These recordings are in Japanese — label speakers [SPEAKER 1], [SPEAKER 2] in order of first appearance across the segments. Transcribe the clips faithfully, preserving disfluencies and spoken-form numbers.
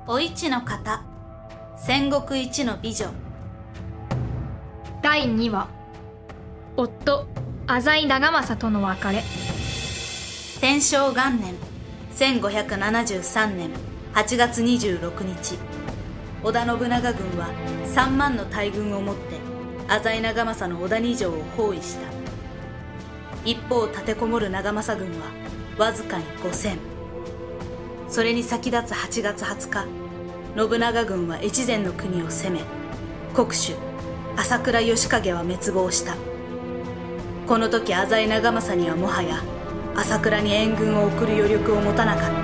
[SPEAKER 1] お市の方、戦国一の美女。
[SPEAKER 2] だいにわ、夫浅井長政との別れ。
[SPEAKER 1] 天正元年せんごひゃくななじゅうさんねんはちがつにじゅうろくにち、織田信長軍はさんまんの大軍をもって浅井長政の小谷城を包囲した。一方立てこもる長政軍はわずかにごせん。それに先立つはちがつはつか、信長軍は越前の国を攻め、国主朝倉義景は滅亡した。この時浅井長政にはもはや朝倉に援軍を送る余力を持たなかった。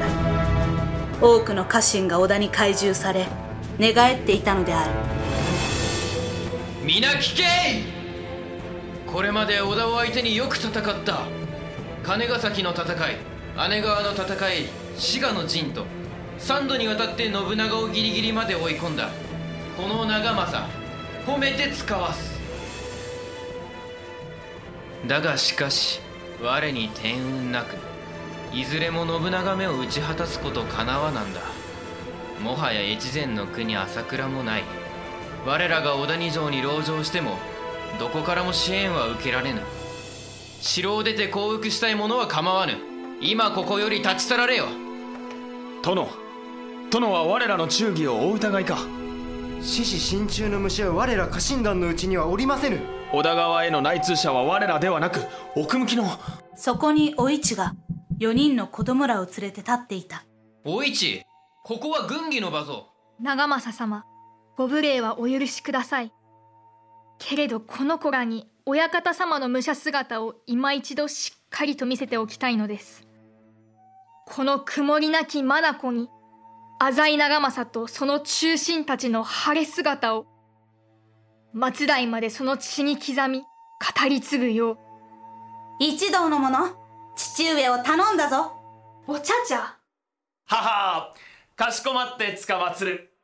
[SPEAKER 1] 多くの家臣が織田に懐柔され寝返っていたのである。
[SPEAKER 3] 皆聞け！これまで織田を相手によく戦った。金ヶ崎の戦い、姉川の戦い、滋賀の陣と三度にわたって信長をギリギリまで追い込んだ。この長政、褒めて使わす。だがしかし我に天運なく、いずれも信長めを打ち果たすことかなわなんだ。もはや越前の国朝倉もない。我らが小谷城に籠城してもどこからも支援は受けられぬ。城を出て降伏したい者は構わぬ。今ここより立ち去られよ。
[SPEAKER 4] 殿、殿は我らの忠義をお疑いか。
[SPEAKER 5] 獅子心中の虫は我ら家臣団のうちにはおりませぬ。
[SPEAKER 4] 小田川への内通者は我らではなく奥向きの。
[SPEAKER 1] そこにお市がよにんの子供らを連れて立っていた。
[SPEAKER 3] お市、ここは軍議の場ぞ。
[SPEAKER 2] 長政様、ご無礼はお許しください。けれどこの子らに親方様の武者姿を今一度しっかりと見せておきたいのです。この曇りなき眼に浅井長政とその忠臣たちの晴れ姿を末代までその血に刻み語り継ぐよう。
[SPEAKER 1] 一同の者、父上を頼んだぞ。
[SPEAKER 2] お茶々。
[SPEAKER 4] ははー、かしこまってつかまつる。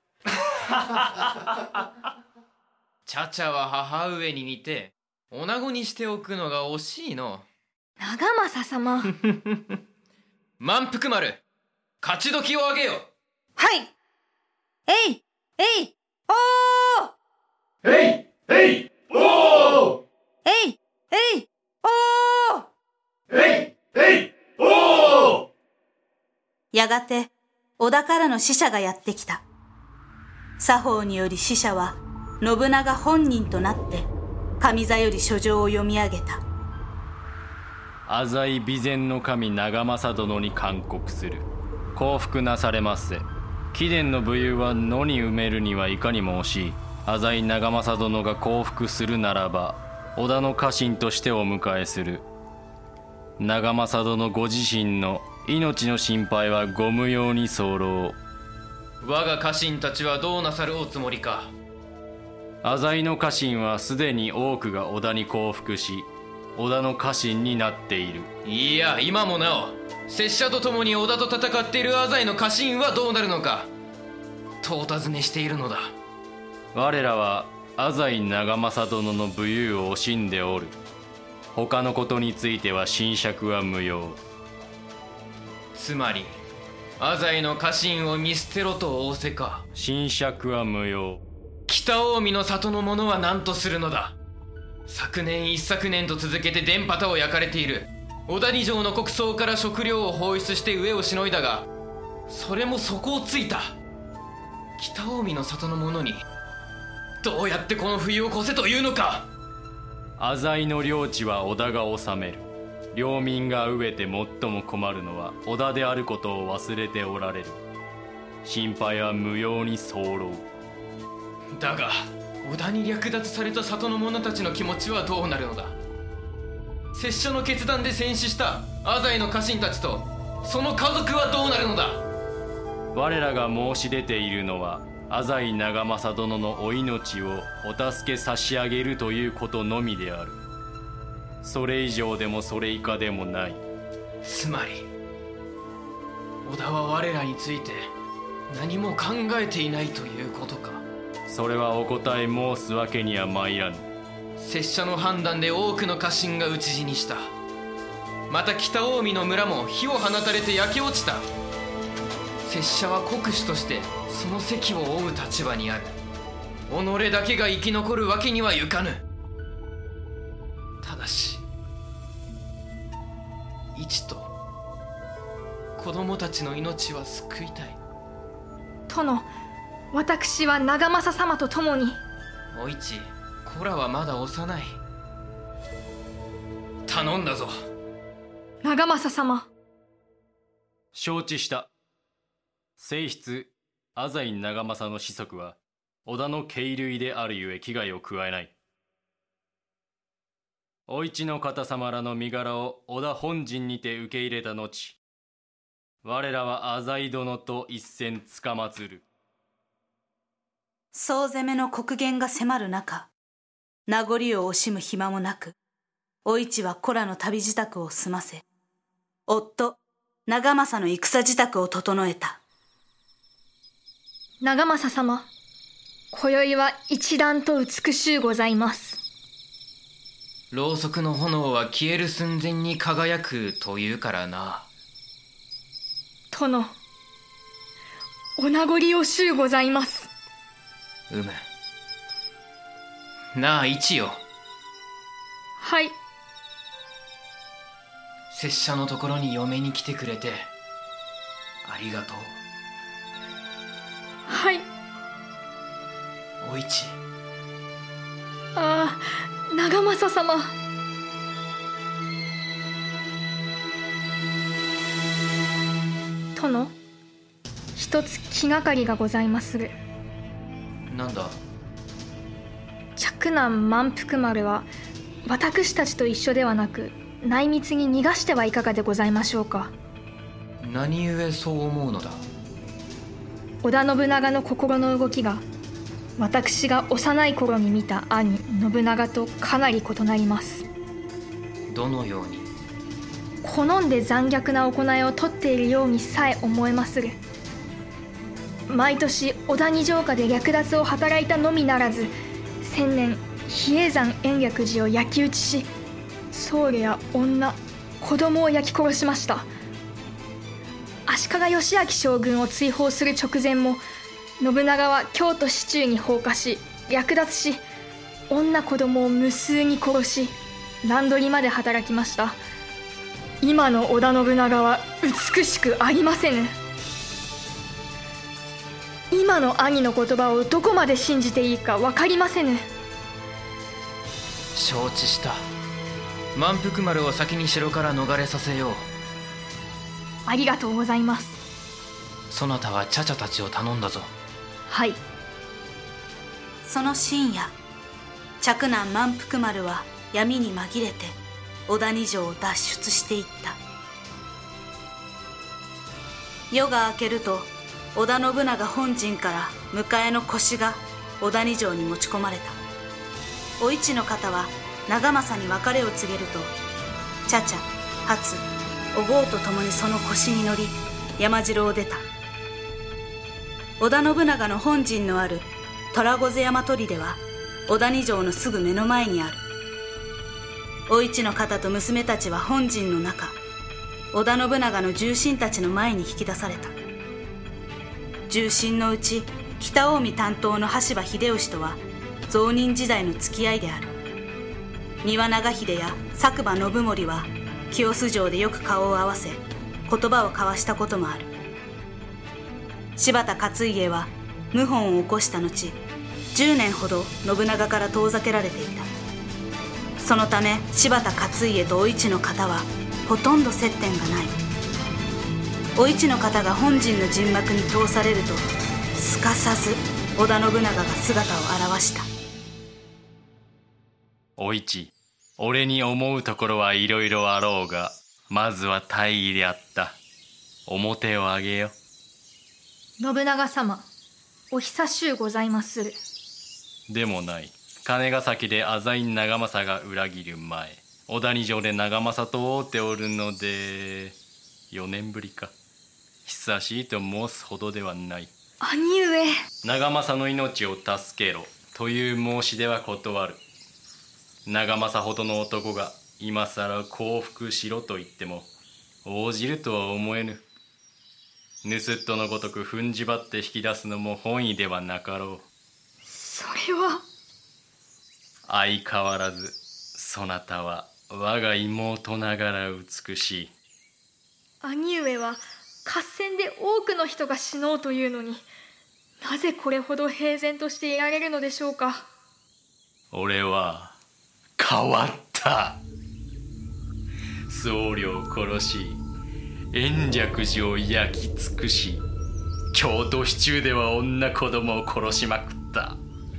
[SPEAKER 3] ちゃちゃは母上に似て女子にしておくのが惜しいの。
[SPEAKER 2] 長政様。
[SPEAKER 3] 満腹丸、勝ち時をあげよ。
[SPEAKER 1] はい。えいえいお
[SPEAKER 4] ーえいえいおー
[SPEAKER 1] えいえいおー
[SPEAKER 4] えいえいおー。
[SPEAKER 1] やがて織田からの使者がやってきた。作法により使者は信長本人となって上座より書状を読み上げた。
[SPEAKER 6] 浅井備前の神長政殿に勧告する。降伏なされませ。貴殿の武勇は野に埋めるにはいかにも惜しい。浅井長政殿が降伏するならば織田の家臣としてお迎えする。長政殿ご自身の命の心配はご無用に候。
[SPEAKER 3] 我が家臣たちはどうなさるおつもりか。
[SPEAKER 6] 浅井の家臣はすでに多くが織田に降伏し織田の家臣になっている。
[SPEAKER 3] いや、今もなお拙者と共に織田と戦っている浅井の家臣はどうなるのかとお尋ねしているのだ。
[SPEAKER 6] 我らは浅井長政殿の武勇を惜しんでおる。他のことについては斟酌は無用。
[SPEAKER 3] つまり浅井の家臣を見捨てろと仰せか。
[SPEAKER 6] 斟酌は無用。
[SPEAKER 3] 北近江の里の者は何とするのだ。昨年一昨年と続けて電波を焼かれている小谷城の穀倉から食料を放出して飢えをしのいだが、それも底をついた。北近江の里の者にどうやってこの冬を越せというのか。
[SPEAKER 6] 浅井の領地は織田が治める。領民が飢えて最も困るのは織田であることを忘れておられる。心配は無用に候。
[SPEAKER 3] だが織田に略奪された里の者たちの気持ちはどうなるのだ。拙者の決断で戦死した浅井の家臣たちとその家族はどうなるのだ。
[SPEAKER 6] 我らが申し出ているのは浅井長政殿のお命をお助け差し上げるということのみである。それ以上でもそれ以下でもない。
[SPEAKER 3] つまり織田は我らについて何も考えていないということか。
[SPEAKER 6] それはお答え申すわけには参らぬ。
[SPEAKER 3] 拙者の判断で多くの家臣が討ち死にした。また北近江の村も火を放たれて焼け落ちた。 拙者は国主としてその席を負う立場にある。己だけが生き残るわけにはいかぬ。ただし一と子供たちの命は救いたい。
[SPEAKER 2] 殿、私は長政様と共に。
[SPEAKER 3] お市、子らはまだ幼い。頼んだぞ。
[SPEAKER 2] 長政様。
[SPEAKER 6] 承知した。正室浅井長政の子息は織田の系類であるゆえ危害を加えない。お市の方様らの身柄を織田本陣にて受け入れた後、我らは浅井殿と一戦つかまつる。
[SPEAKER 1] 総攻めの刻限が迫る中、名残を惜しむ暇もなく、お市は子らの旅支度を済ませ、夫長政の戦支度を整えた。
[SPEAKER 2] 長政様、今宵は一段と美しゅうございます。
[SPEAKER 3] ろうそくの炎は消える寸前に輝くというからな。
[SPEAKER 2] 殿、お名残惜しゅうございます。
[SPEAKER 3] うむ。なあ一よ。
[SPEAKER 2] はい。
[SPEAKER 3] 拙者のところに嫁に来てくれてありがとう。
[SPEAKER 2] はい。
[SPEAKER 3] お市。
[SPEAKER 2] ああ、長政様。殿、一つ気がかりがございまする。
[SPEAKER 3] なんだ。
[SPEAKER 2] 嫡男満腹丸は私たちと一緒ではなく内密に逃がしてはいかがでございましょうか。
[SPEAKER 3] 何故そう思うのだ。
[SPEAKER 2] 織田信長の心の動きが私が幼い頃に見た兄信長とかなり異なります。
[SPEAKER 3] どのように。
[SPEAKER 2] 好んで残虐な行いをとっているようにさえ思えまする。毎年織田二条下で略奪を働いたのみならず、千年比叡山延暦寺を焼き討ちし、僧侶や女、子供を焼き殺しました。足利義昭将軍を追放する直前も、信長は京都市中に放火し、略奪し、女子供を無数に殺し、乱取りまで働きました。今の織田信長は美しくありませぬ。今の兄の言葉をどこまで信じていいか分かりませぬ。
[SPEAKER 3] 承知した。満腹丸を先に城から逃れさせよう。
[SPEAKER 2] ありがとうございます。
[SPEAKER 3] そなたは茶々たちを頼んだぞ。
[SPEAKER 2] はい。
[SPEAKER 1] その深夜、嫡男満腹丸は闇に紛れて織田二条を脱出していった。夜が明けると織田信長本陣から迎えの腰が織田二条に持ち込まれた。お市の方は長政に別れを告げると、茶々、初、お郷と共にその腰に乗り山城を出た。織田信長の本陣のある虎御山砦は織田二条のすぐ目の前にある。お市の方と娘たちは本陣の中、織田信長の重臣たちの前に引き出された。重臣のうち北近江担当の羽柴秀吉とは増任時代の付き合いである。丹羽長秀や佐久間信盛は清洲城でよく顔を合わせ言葉を交わしたこともある。柴田勝家は謀反を起こした後、じゅうねんほど信長から遠ざけられていた。そのため柴田勝家とお市の方はほとんど接点がない。お市の方が本陣の陣幕に通されると、すかさず織田信長が姿を現した。
[SPEAKER 6] お市、俺に思うところはいろいろあろうが、まずは大義であった。面を上げよ。
[SPEAKER 2] 信長様、お久しゅうございまする。
[SPEAKER 6] でもない。金ヶ崎で浅井長政が裏切る前、織田二条で長政と会うておるのでよねんぶりか。久しいと申すほどではない。
[SPEAKER 2] 兄上。
[SPEAKER 6] 長政の命を助けろという申し出は断る。長政ほどの男が今さら降伏しろと言っても応じるとは思えぬ。 盗っ人のごとく踏んじばって引き出すのも本意ではなかろう。
[SPEAKER 2] それは。
[SPEAKER 6] 相変わらずそなたは我が妹ながら美しい。
[SPEAKER 2] 兄上は合戦で多くの人が死のうというのに、なぜこれほど平然としていられるのでしょうか。
[SPEAKER 6] 俺は変わった。僧侶を殺し、延暦寺を焼き尽くし、京都市中では女子供を殺しまくった。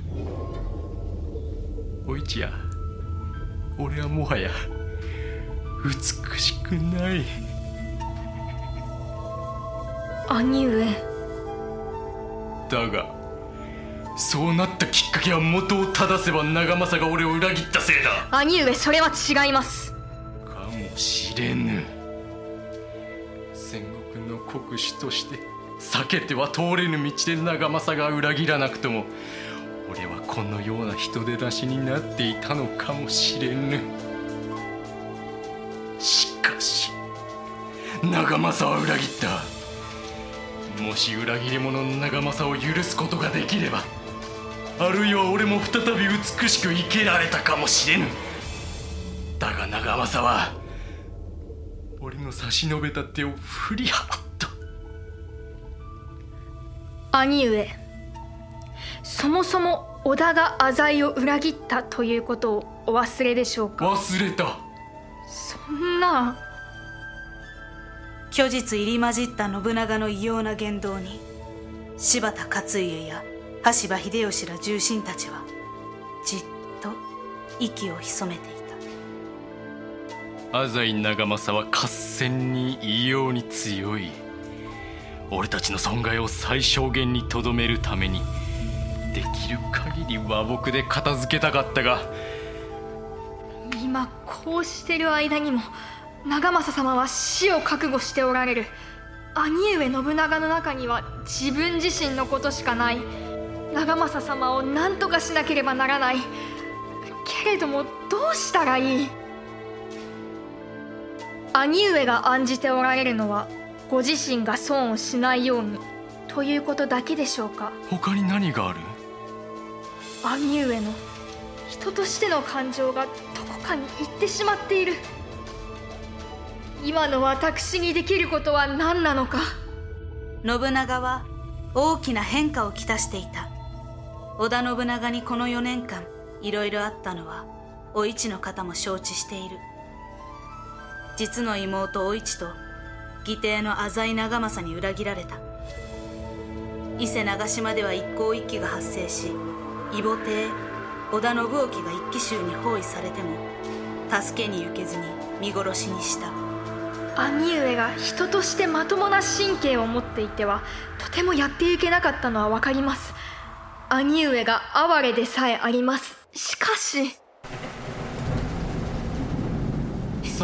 [SPEAKER 6] お市や、俺はもはや美しくない。
[SPEAKER 2] 兄上。
[SPEAKER 6] だがそうなったきっかけは元を正せば長政が俺を裏切ったせいだ。
[SPEAKER 2] 兄上、それは違います。
[SPEAKER 6] かもしれぬ。戦国の国主として避けては通れぬ道で長政が裏切らなくとも、俺はこのような人手出しになっていたのかもしれぬ。しかし長政は裏切った。もし裏切り者の長政を許すことができれば、あるいは俺も再び美しく生けられたかもしれぬ。だが長政は俺の差し伸べた手を振り払った。
[SPEAKER 2] 兄上、そもそも織田が浅井を裏切ったということをお忘れでしょうか。
[SPEAKER 6] 忘れた。
[SPEAKER 2] そんな。
[SPEAKER 1] 虚実入り混じった信長の異様な言動に、柴田勝家や羽柴秀吉ら重臣たちはじっと息を潜めていた。
[SPEAKER 6] 浅井長政は合戦に異様に強い。俺たちの損害を最小限にとどめるためにできる限り和睦で片付けたかったが、
[SPEAKER 2] 今こうしてる間にも長政様は死を覚悟しておられる。兄上信長の中には自分自身のことしかない。長政様を何とかしなければならない。けれどもどうしたらいい。兄上が案じておられるのは、ご自身が損をしないようにということだけでしょうか。
[SPEAKER 6] 他に何がある？
[SPEAKER 2] 兄上の人としての感情がどこかに行ってしまっている。今の私にできることは何なのか。
[SPEAKER 1] 信長は大きな変化をきたしていた。織田信長にこのよねんかんいろいろあったのはお市の方も承知している。実の妹お市と義弟の浅井長政に裏切られた。伊勢長島では一向一揆が発生し、異母弟織田信興が一騎衆に包囲されても助けに行けずに見殺しにした。
[SPEAKER 2] 兄上が人としてまともな神経を持っていてはとてもやっていけなかったのは分かります。兄上が哀れでさえあります。しかし。
[SPEAKER 6] さ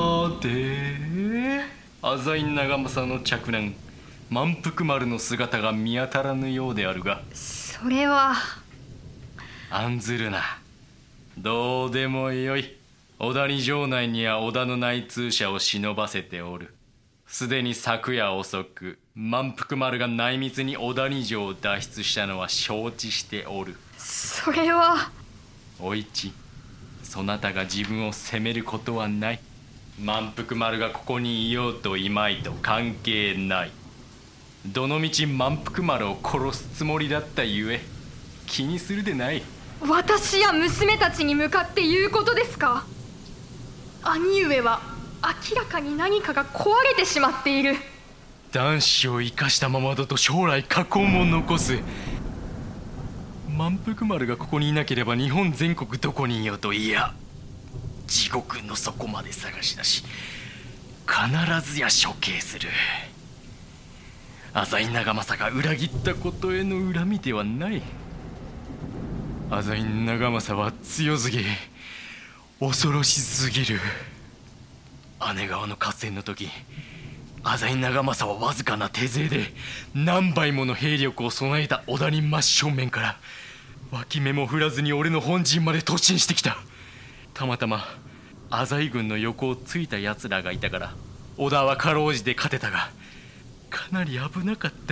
[SPEAKER 6] て、浅井長政の嫡男満腹丸の姿が見当たらぬようであるが。
[SPEAKER 2] それは。
[SPEAKER 6] 案ずるな。どうでもよい。小谷城内には織田の内通者を忍ばせておる。すでに昨夜遅く満腹丸が内密に小谷城を脱出したのは承知しておる。
[SPEAKER 2] それは。
[SPEAKER 6] お市、そなたが自分を責めることはない。満腹丸がここにいようといまいと関係ない。どのみち満腹丸を殺すつもりだったゆえ気にするでない。
[SPEAKER 2] 私や娘たちに向かって言うことですか。兄上は明らかに何かが壊れてしまっている。
[SPEAKER 6] 男子を生かしたままだと将来禍根も残す。満腹丸がここにいなければ日本全国どこにいようと、いや地獄の底まで探し出し必ずや処刑する。浅井長政が裏切ったことへの恨みではない。浅井長政は強すぎ、恐ろしすぎる。姉川の合戦の時、浅井長政はわずかな手勢で何倍もの兵力を備えた織田に真正面から脇目も振らずに俺の本陣まで突進してきた。たまたま浅井軍の横をついた奴らがいたから織田はかろうじて勝てたが、 かなり危なかった。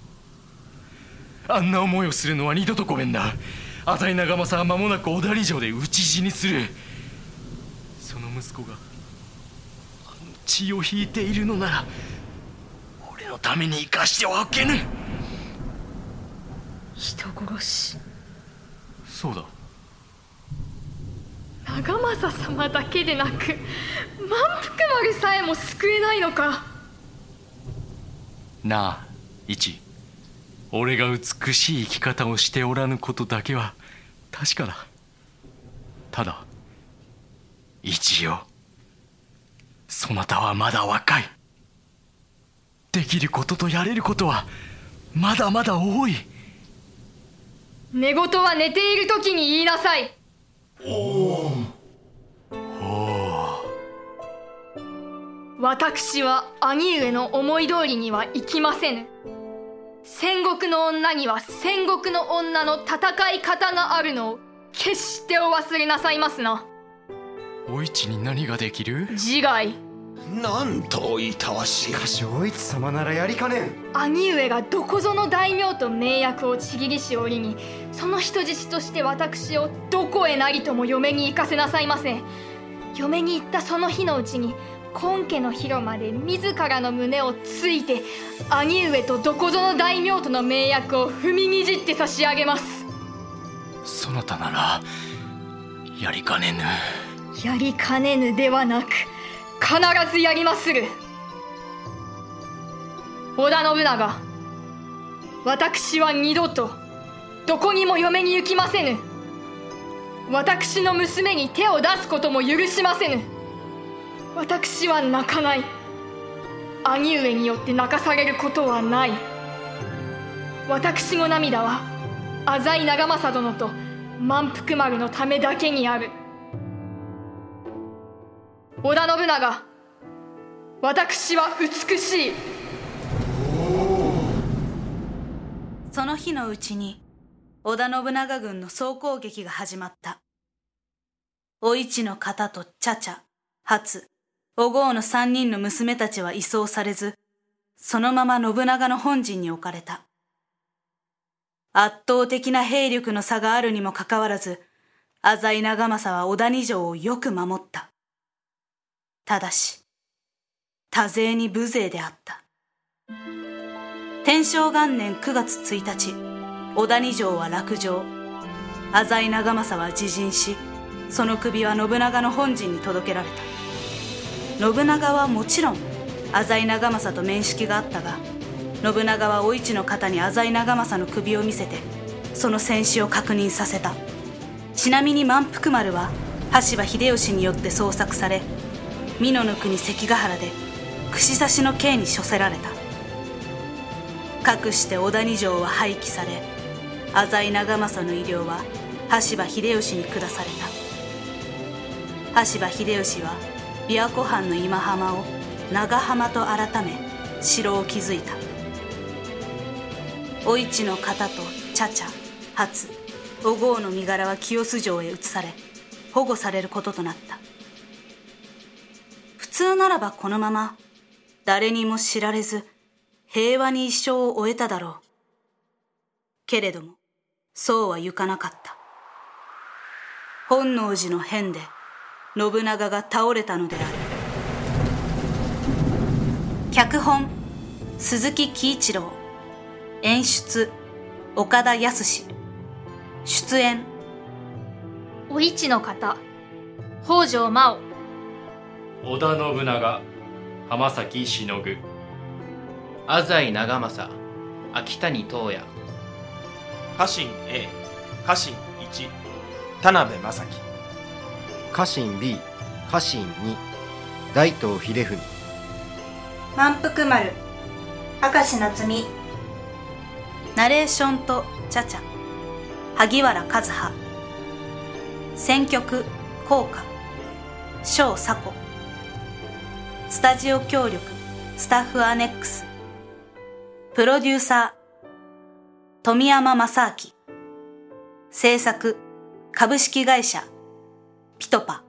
[SPEAKER 6] あんな思いをするのは二度とごめんな。浅井長政は間もなく小谷城で討ち死にする。その息子があの血を引いているのなら俺のために生かしてはおけぬ。
[SPEAKER 2] 人殺し。
[SPEAKER 6] そうだ。
[SPEAKER 2] 長政様だけでなく満腹丸さえも救えないのか。
[SPEAKER 6] なあ一、俺が美しい生き方をしておらぬことだけは確かだ。ただ一よ、そなたはまだ若い。できることとやれることはまだまだ多い。
[SPEAKER 2] 寝言は寝ている時に言いなさい。
[SPEAKER 6] おお。おお。
[SPEAKER 2] 私は兄上の思い通りには行きませぬ。戦国の女には戦国の女の戦い方があるのを決してお忘れなさいますな。
[SPEAKER 6] お市に何ができる？
[SPEAKER 2] 自害。
[SPEAKER 4] なんといたわしい。
[SPEAKER 5] しかしお市様ならやりかねん。
[SPEAKER 2] 兄上がどこぞの大名と盟約をちぎりし折に、その人質として私をどこへなりとも嫁に行かせなさいませ。嫁に行ったその日のうちに本家の広間で自らの胸をついて兄上とどこぞの大名との盟約を踏みにじって差し上げます。
[SPEAKER 6] そなたならやりかねぬ。
[SPEAKER 2] やりかねぬではなく必ずやりまする。織田信長、私は二度とどこにも嫁に行きませぬ。私の娘に手を出すことも許しませぬ。私は泣かない。兄上によって泣かされることはない。私の涙は浅井長政殿と満腹丸のためだけにある。織田信長、私は美しい。
[SPEAKER 1] その日のうちに織田信長軍の総攻撃が始まった。お市の方と茶々、初、お郷の三人の娘たちは移送されず、そのまま信長の本陣に置かれた。圧倒的な兵力の差があるにもかかわらず、浅井長政は小谷城をよく守った。ただし、多勢に無勢であった。天正元年くがつついたち、小谷城は落城。浅井長政は自陣し、その首は信長の本陣に届けられた。信長はもちろん浅井長政と面識があったが、信長はお市の方に浅井長政の首を見せてその戦死を確認させた。ちなみに満腹丸は羽柴秀吉によって捜索され、美濃の国関ヶ原で串刺しの刑に処せられた。かくして小谷城は廃棄され、浅井長政の医療は羽柴秀吉に下された。羽柴秀吉は琵琶湖畔の今浜を長浜と改め城を築いた。お市の方と茶々、初、お郷の身柄は清洲城へ移され保護されることとなった。普通ならばこのまま誰にも知られず平和に一生を終えただろう。けれどもそうはいかなかった。本能寺の変で信長が倒れたのである。脚本鈴木喜一郎、演出岡田康、出演
[SPEAKER 2] お市の方北条真央、
[SPEAKER 6] 織田信長浜崎忍、
[SPEAKER 3] 浅井長政秋谷東也、
[SPEAKER 4] 家臣 A、家臣いち、田辺正樹、
[SPEAKER 5] 家臣 B、家臣に、大東秀文、
[SPEAKER 1] 満腹丸明石夏美、ナレーションと茶々萩原和葉、選曲効果翔佐子、スタジオ協力スタッフアネックス、プロデューサー富山正明、制作株式会社ピトパ。